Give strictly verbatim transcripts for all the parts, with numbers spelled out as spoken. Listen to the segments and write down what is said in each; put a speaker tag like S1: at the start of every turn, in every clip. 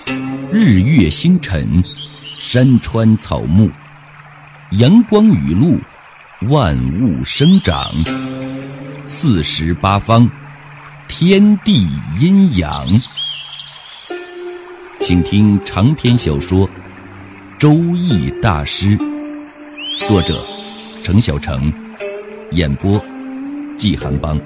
S1: 日月星辰，山川草木，阳光雨露，万物生长，四时八方，天地阴阳。请听长篇小说《周易大师》，作者程小成，演播季寒邦。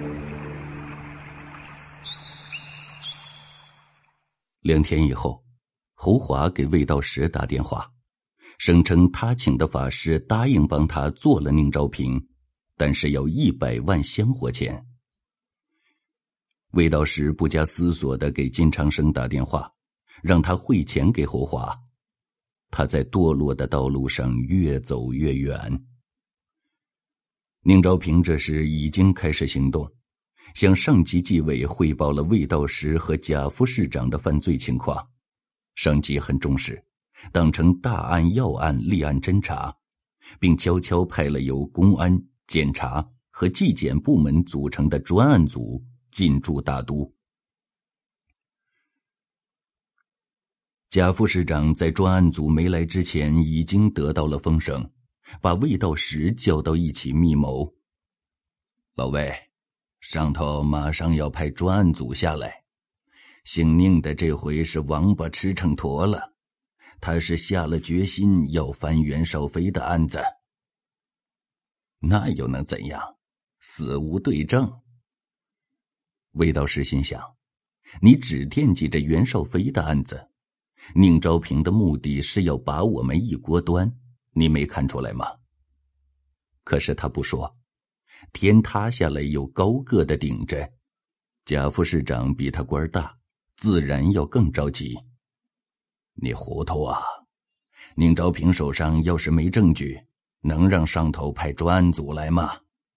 S1: 两天以后，侯华给魏道时打电话，声称他请的法师答应帮他做了宁昭平，但是要一百万香火钱。魏道时不加思索地给金长生打电话，让他汇钱给侯华。他在堕落的道路上越走越远。宁昭平这时已经开始行动，向上级纪委汇报了魏道时和贾副市长的犯罪情况。上级很重视，当成大案要案立案侦查，并悄悄派了由公安、检察和纪检部门组成的专案组进驻大都。贾副市长在专案组没来之前已经得到了风声，把魏道时叫到一起密谋。老魏，上头马上要派专案组下来，姓宁的这回是王八吃秤砣了，他是下了决心要翻袁绍飞的案子。那又能怎样？死无对证。魏道时心想，你只惦记着袁绍飞的案子，宁昭平的目的是要把我们一锅端，你没看出来吗？可是他不说，天塌下来有高个的顶着，贾副市长比他官大，自然要更着急。你糊涂啊！宁昭平手上要是没证据，能让上头派专案组来吗？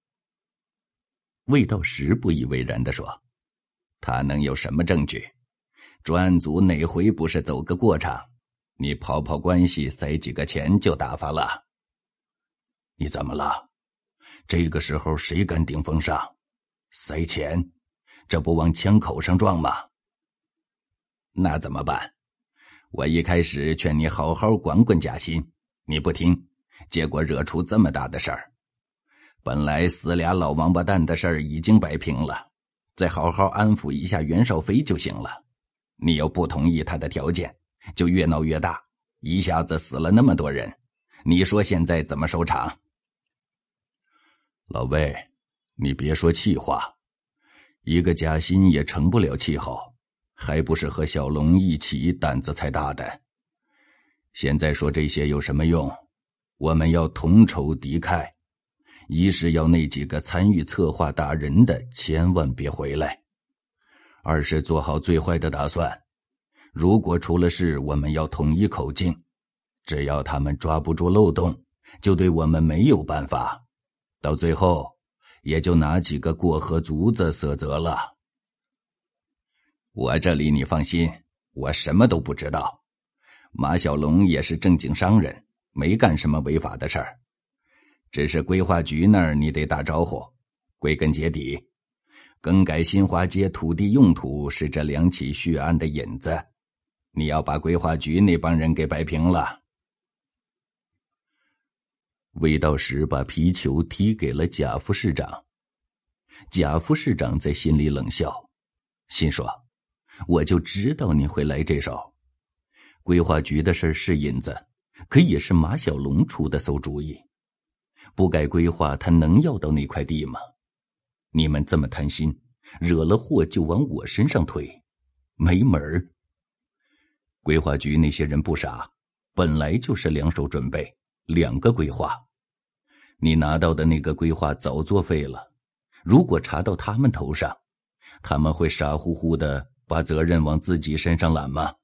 S1: 魏道时不以为然地说，他能有什么证据？专案组哪回不是走个过场？你跑跑关系，塞几个钱就打发了。你怎么了？这个时候谁敢顶风上？塞钱，这不往枪口上撞吗？那怎么办？我一开始劝你好好管管贾鑫，你不听，结果惹出这么大的事儿。本来死俩老王八蛋的事儿已经摆平了，再好好安抚一下袁绍飞就行了。你又不同意他的条件，就越闹越大，一下子死了那么多人，你说现在怎么收场？老魏，你别说气话，一个贾鑫也成不了气候，还不是和小龙一起胆子才大的。现在说这些有什么用？我们要同仇敌忾，一是要那几个参与策划打人的千万别回来，二是做好最坏的打算，如果出了事，我们要统一口径，只要他们抓不住漏洞，就对我们没有办法，到最后也就拿几个过河卒子色泽了。我这里你放心，我什么都不知道，马小龙也是正经商人，没干什么违法的事儿，只是规划局那儿你得打招呼。归根结底，更改新华街土地用途是这两起血案的引子，你要把规划局那帮人给摆平了。魏道时把皮球踢给了贾副市长，贾副市长在心里冷笑，心说，我就知道你会来这手。规划局的事是引子，可也是马小龙出的馊主意，不改规划他能要到那块地吗？你们这么贪心，惹了祸就往我身上推，没门儿。规划局那些人不傻，本来就是两手准备，两个规划。你拿到的那个规划早作废了，如果查到他们头上，他们会傻乎乎的把责任往自己身上揽吗？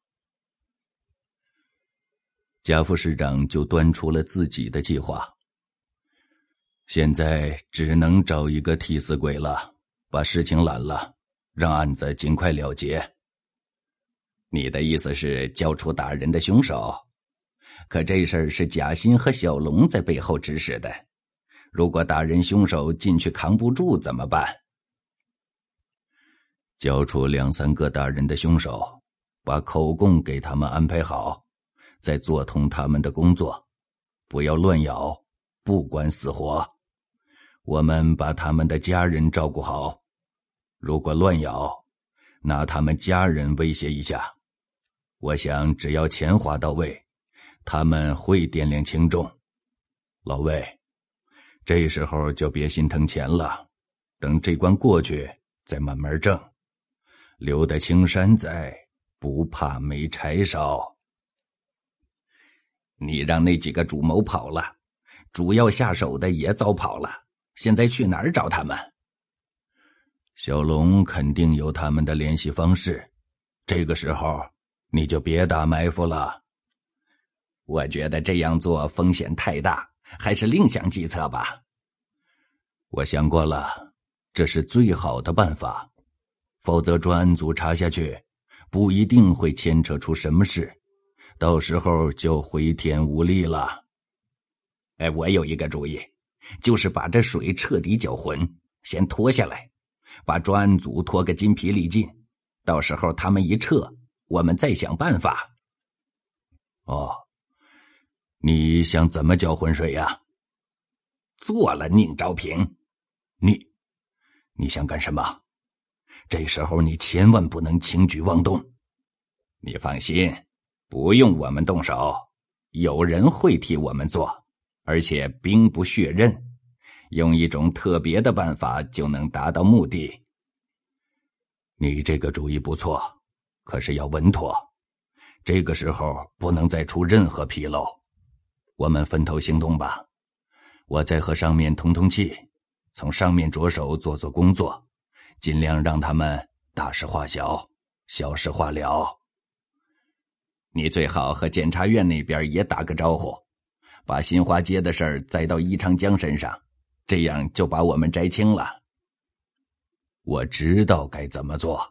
S1: 贾副市长就端出了自己的计划。现在只能找一个替死鬼了，把事情揽了，让案子尽快了结。你的意思是交出打人的凶手？可这事儿是贾鑫和小龙在背后指使的，如果打人凶手进去扛不住怎么办？交出两三个打人的凶手， 把口供给他们安排好，再做通他们的工作，不要乱咬，不管死活。我们把他们的家人照顾好，如果乱咬，拿他们家人威胁一下，我想只要钱花到位，他们会掂量轻重。老魏，这时候就别心疼钱了，等这关过去再慢慢挣，留得青山在，不怕没柴烧。你让那几个主谋跑了，主要下手的也早跑了，现在去哪儿找他们？小龙肯定有他们的联系方式，这个时候你就别打埋伏了。我觉得这样做风险太大，还是另想计策吧。我想过了，这是最好的办法，否则专案组查下去，不一定会牵扯出什么事，到时候就回天无力了。哎，我有一个主意，就是把这水彻底搅浑，先拖下来，把专案组拖个筋疲力尽，到时候他们一撤，我们再想办法。哦，你想怎么搅浑水呀？做了宁昭平。你你想干什么？这时候你千万不能轻举妄动。你放心，不用我们动手，有人会替我们做，而且兵不血刃，用一种特别的办法就能达到目的。你这个主意不错，可是要稳妥，这个时候不能再出任何纰漏。我们分头行动吧，我再和上面通通气，从上面着手做做工作，尽量让他们大事化小，小事化了。你最好和检察院那边也打个招呼，把新华街的事儿栽到伊长江身上，这样就把我们摘清了。我知道该怎么做。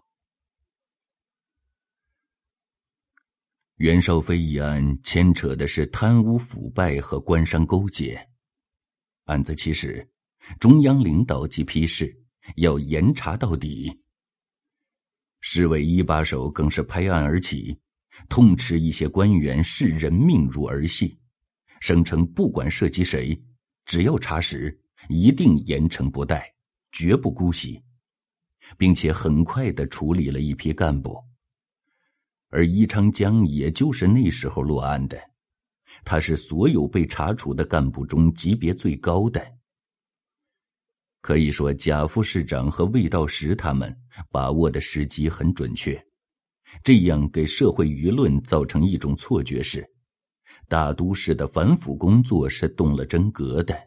S1: 袁绍飞一案牵扯的是贪污腐败和官商勾结，案子起始，中央领导即批示要严查到底。市委一把手更是拍案而起，痛斥一些官员视人命如儿戏，声称不管涉及谁，只要查实，一定严惩不贷，绝不姑息，并且很快地处理了一批干部。而伊长江也就是那时候落案的，他是所有被查处的干部中级别最高的。可以说贾副市长和魏道实他们把握的时机很准确，这样给社会舆论造成一种错觉是，大都市的反腐工作是动了真格的。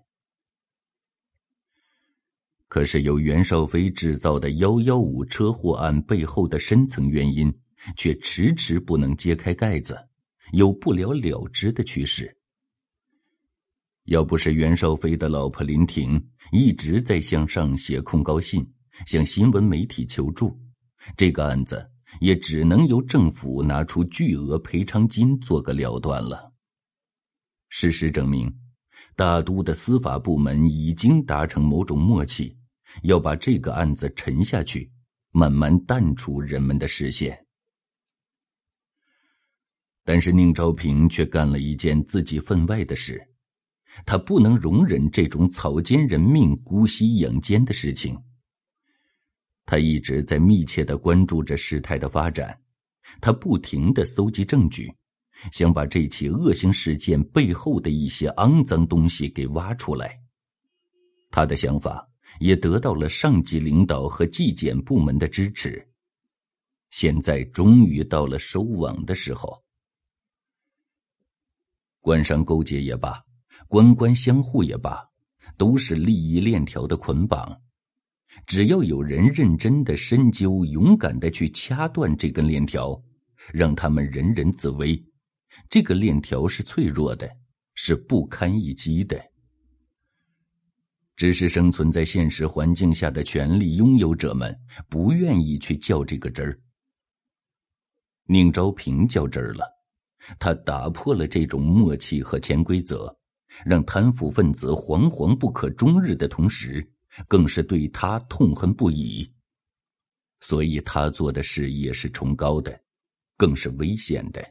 S1: 可是由袁绍飞制造的一一五车祸案背后的深层原因，却迟迟不能揭开盖子，有不了了之的趋势。要不是袁绍飞的老婆林婷一直在向上写控告信，向新闻媒体求助，这个案子也只能由政府拿出巨额赔偿金做个了断了。事实证明，大都的司法部门已经达成某种默契，要把这个案子沉下去，慢慢淡出人们的视线。但是宁昭平却干了一件自己分外的事，他不能容忍这种草菅人命、姑息养奸的事情。他一直在密切地关注着事态的发展，他不停地搜集证据，想把这起恶性事件背后的一些肮脏东西给挖出来。他的想法也得到了上级领导和纪检部门的支持。现在终于到了收网的时候。官商勾结也罢，官官相护也罢，都是利益链条的捆绑。只要有人认真的深究，勇敢的去掐断这根链条，让他们人人自危，这个链条是脆弱的，是不堪一击的。只是生存在现实环境下的权力拥有者们不愿意去较这个真儿。宁昭平较真儿了，他打破了这种默契和潜规则，让贪腐分子惶惶不可终日的同时，更是对他痛恨不已。所以他做的事也是崇高的， 更是危险的。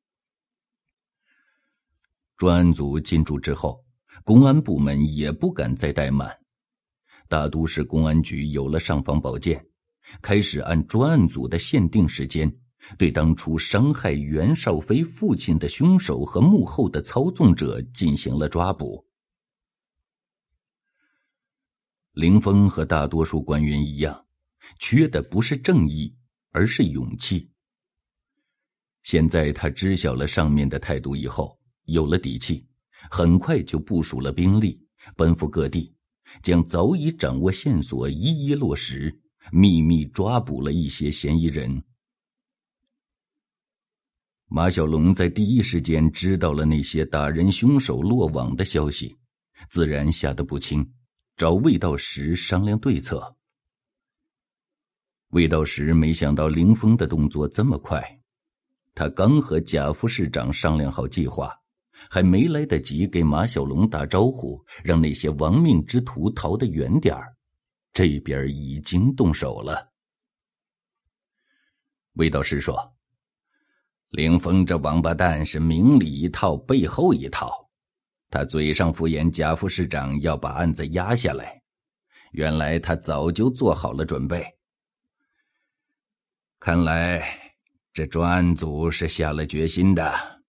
S1: 专案组进驻之后，公安部门也不敢再怠慢。大都市公安局有了尚方宝剑，开始按专案组的限定时间，对当初伤害袁绍飞父亲的凶手和幕后的操纵者进行了抓捕。凌峰和大多数官员一样，缺的不是正义，而是勇气。现在他知晓了上面的态度以后，有了底气，很快就部署了兵力，奔赴各地，将早已掌握线索一一落实，秘密抓捕了一些嫌疑人。马小龙在第一时间知道了那些打人凶手落网的消息，自然吓得不轻，找魏道时商量对策。魏道时没想到凌峰的动作这么快，他刚和贾副市长商量好计划，还没来得及给马小龙打招呼，让那些亡命之徒逃得远点儿，这边已经动手了。魏道时说，凌峰这王八蛋是明里一套背后一套，他嘴上敷衍贾副市长要把案子压下来，原来他早就做好了准备。看来这专案组是下了决心的。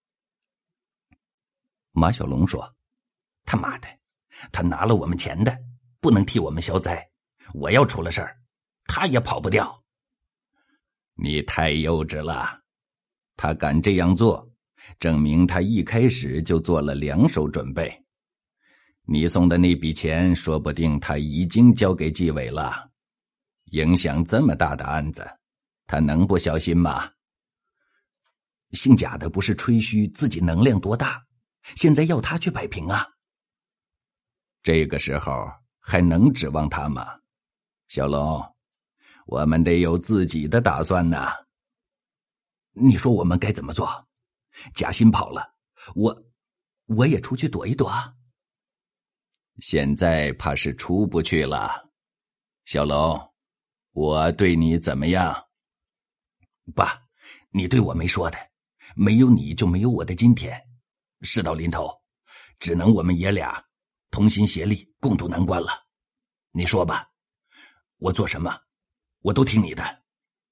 S1: 马小龙说，他妈的，他拿了我们钱的，不能替我们消灾，我要出了事儿，他也跑不掉。你太幼稚了，他敢这样做，证明他一开始就做了两手准备。你送的那笔钱说不定他已经交给纪委了，影响这么大的案子，他能不小心吗？姓贾的不是吹嘘自己能量多大，现在要他去摆平啊。这个时候还能指望他吗？小龙，我们得有自己的打算呢。你说我们该怎么做？贾鑫跑了，我我也出去躲一躲。现在怕是出不去了。小龙，我对你怎么样？爸，你对我没说的，没有你就没有我的今天。事到临头，只能我们爷俩同心协力共度难关了。你说吧，我做什么我都听你的。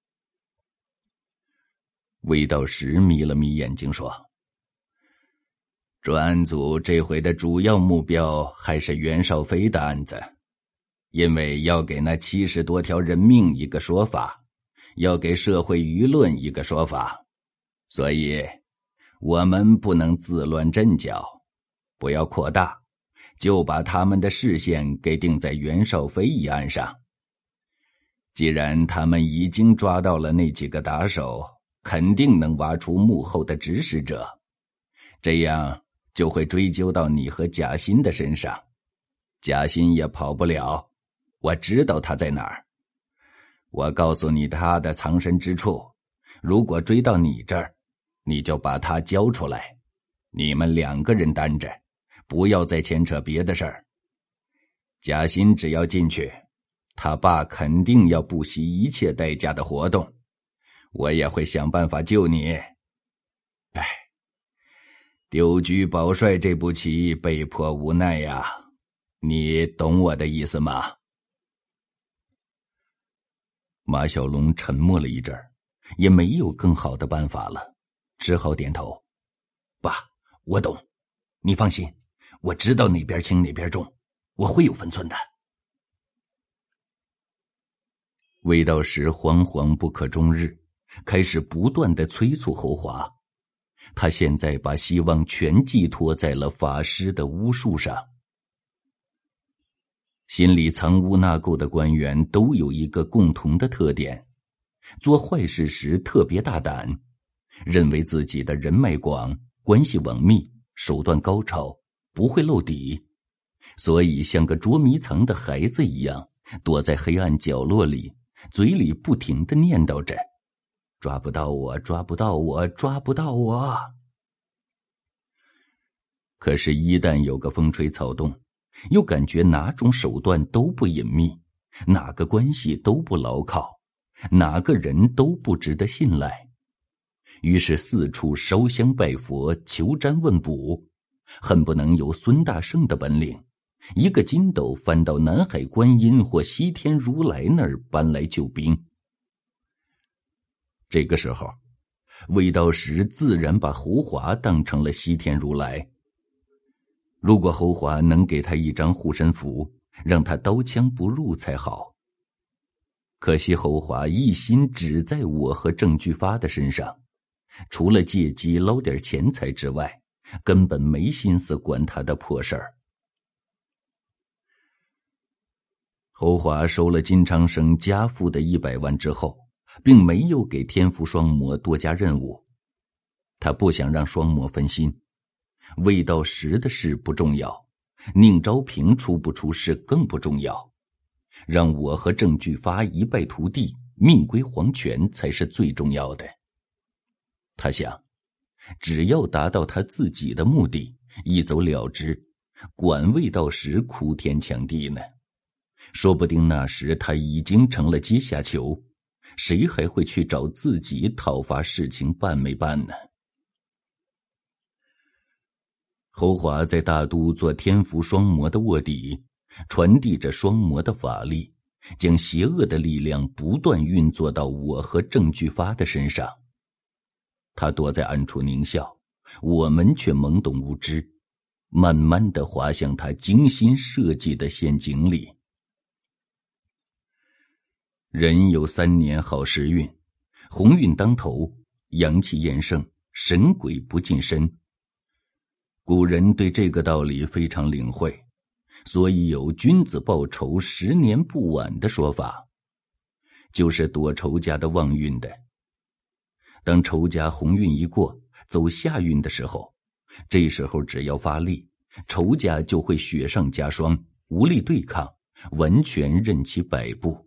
S1: 魏道时眯了眯眼睛说，专案组这回的主要目标还是袁绍飞的案子，因为要给那七十多条人命一个说法，要给社会舆论一个说法，所以我们不能自乱阵脚，不要扩大，就把他们的视线给定在袁绍飞一案上。既然他们已经抓到了那几个打手，肯定能挖出幕后的指使者，这样就会追究到你和贾鑫的身上，贾鑫也跑不了，我知道他在哪儿。我告诉你他的藏身之处，如果追到你这儿，你就把他交出来，你们两个人担着，不要再牵扯别的事儿。贾鑫只要进去，他爸肯定要不惜一切代价的活动，我也会想办法救你。哎，丢车保帅这步棋被迫无奈呀，你懂我的意思吗？马小龙沉默了一阵儿，也没有更好的办法了，只好点头。爸，我懂，你放心，我知道哪边轻哪边重，我会有分寸的。魏道时惶惶不可终日，开始不断地催促侯华。他现在把希望全寄托在了法师的巫术上。心里藏污纳垢的官员都有一个共同的特点，做坏事时特别大胆，认为自己的人脉广，关系网密，手段高超，不会露底，所以像个捉迷藏的孩子一样，躲在黑暗角落里，嘴里不停地念叨着，抓不到我，抓不到我，抓不到我。可是一旦有个风吹草动，又感觉哪种手段都不隐秘，哪个关系都不牢靠，哪个人都不值得信赖。 于是四处烧香拜佛，求占问卜，恨不能有孙大圣的本领，一个筋斗翻到南海观音或西天如来那儿搬来救兵。这个时候，魏道时自然把侯华当成了西天如来。如果侯华能给他一张护身符，让他刀枪不入才好。可惜侯华一心只在我和郑巨发的身上，除了借机捞点钱财之外，根本没心思管他的破事儿。侯华收了金昌生家父的一百万之后，并没有给天福双魔多加任务。他不想让双魔分心，魏道时的事不重要，宁昭平出不出事更不重要，让我和郑巨发一败涂地，命归黄泉才是最重要的。他想，只要达到他自己的目的，一走了之，管魏道时哭天抢地呢。说不定那时他已经成了阶下囚，谁还会去找自己讨伐事情办没办呢？侯华在大都做天福双魔的卧底，传递着双魔的法力，将邪恶的力量不断运作到我和郑巨发的身上。他躲在暗处狞笑，我们却懵懂无知，慢慢地滑向他精心设计的陷阱里。人有三年好时运，鸿运当头，阳气焰盛，神鬼不近身。古人对这个道理非常领会，所以有君子报仇十年不晚的说法，就是躲仇家的旺运的。当仇家鸿运一过，走下运的时候，这时候只要发力，仇家就会雪上加霜，无力对抗，完全任其摆布。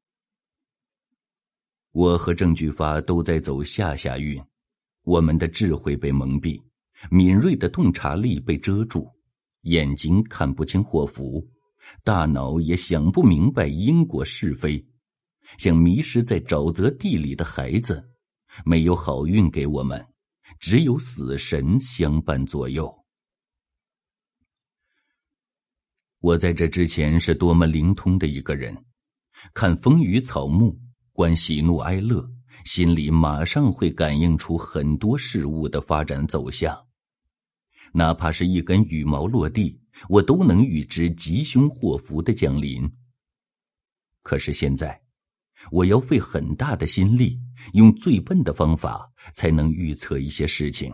S1: 我和郑巨发都在走下下运，我们的智慧被蒙蔽，敏锐的洞察力被遮住，眼睛看不清祸福，大脑也想不明白因果是非，像迷失在沼泽地里的孩子，没有好运给我们，只有死神相伴左右。我在这之前是多么灵通的一个人，看风雨草木，观喜怒哀乐，心里马上会感应出很多事物的发展走向。哪怕是一根羽毛落地，我都能预知吉凶祸福的降临。可是现在，我要费很大的心力，用最笨的方法才能预测一些事情。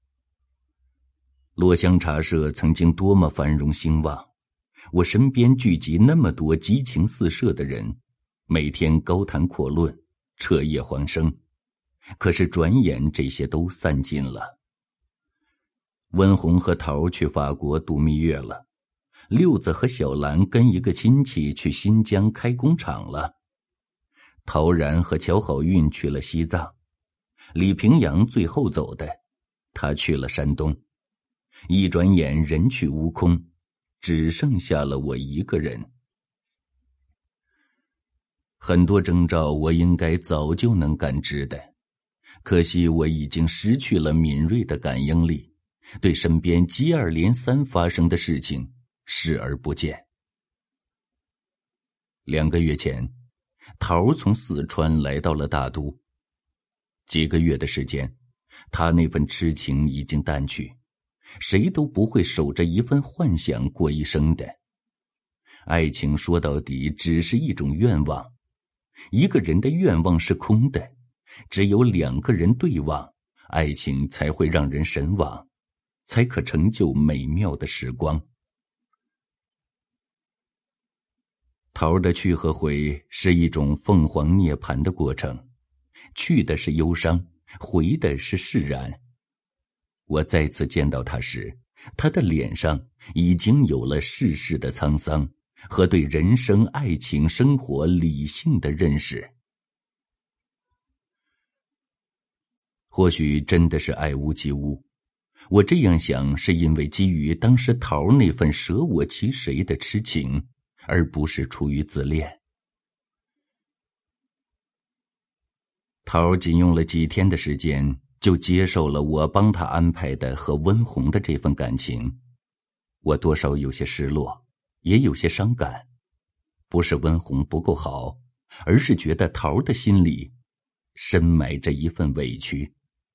S1: 落香茶社曾经多么繁荣兴旺，我身边聚集那么多激情四射的人，每天高谈阔论，彻夜欢声。可是转眼这些都散尽了。温红和桃去法国度蜜月了，六子和小兰跟一个亲戚去新疆开工厂了，陶然和乔好运去了西藏，李平阳最后走的，他去了山东。一转眼人去屋空，只剩下了我一个人。很多征兆我应该早就能感知的，可惜我已经失去了敏锐的感应力，对身边接二连三发生的事情视而不见。两个月前，桃从四川来到了大都。几个月的时间，他那份痴情已经淡去，谁都不会守着一份幻想过一生的。爱情说到底只是一种愿望，一个人的愿望是空的，只有两个人对望，爱情才会让人神往，才可成就美妙的时光。桃的去和回是一种凤凰涅槃的过程，去的是忧伤，回的是释然。我再次见到他时，他的脸上已经有了世事的沧桑和对人生、爱情、生活理性的认识。或许真的是爱屋及乌，我这样想是因为基于当时桃那份舍我其谁的痴情，而不是出于自恋。桃仅用了几天的时间就接受了我帮他安排的和温红的这份感情。我多少有些失落，也有些伤感，不是温红不够好，而是觉得桃的心里深埋着一份委屈。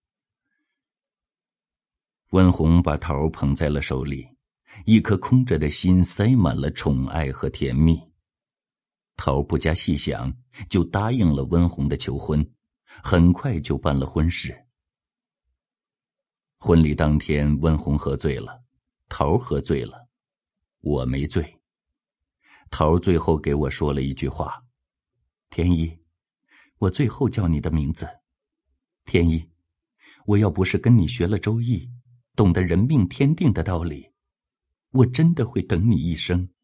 S1: 温红把桃捧在了手里，一颗空着的心塞满了宠爱和甜蜜。桃不加细想，就答应了温红的求婚，很快就办了婚事。婚礼当天，温红喝醉了，桃喝醉了，我没醉。桃最后给我说了一句话：天一，我最后叫你的名字。天一，我要不是跟你学了周易，懂得人命天定的道理，我真的会等你一生。